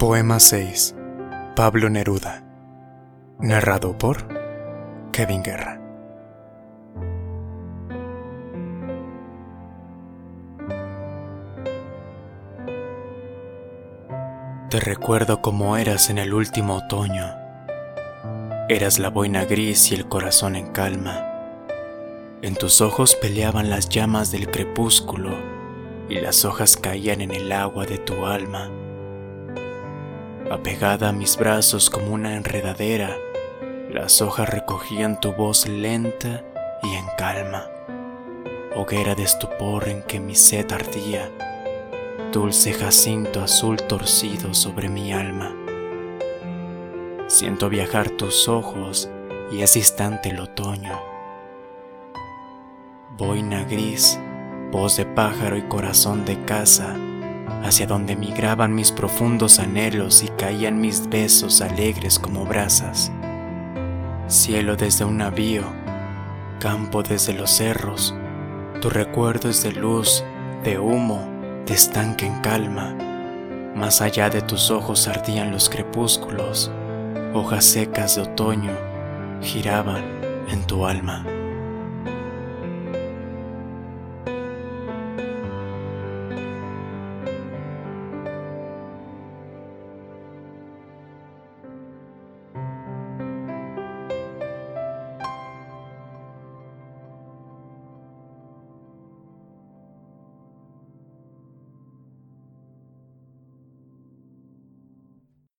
Poema 6. Pablo Neruda. Narrado por Kevin Guerra. Te recuerdo como eras en el último otoño. Eras la boina gris y el corazón en calma. En tus ojos peleaban las llamas del crepúsculo y las hojas caían en el agua de tu alma. Apegada a mis brazos como una enredadera, las hojas recogían tu voz lenta y en calma. Hoguera de estupor en que mi sed ardía, dulce jacinto azul torcido sobre mi alma. Siento viajar tus ojos y es distante el otoño. Boina gris, voz de pájaro y corazón de casa, hacia donde migraban mis profundos anhelos y caían mis besos alegres como brasas. Cielo desde un navío, campo desde los cerros, tu recuerdo es de luz, de humo, de estanque en calma. Más allá de tus ojos ardían los crepúsculos, hojas secas de otoño giraban en tu alma.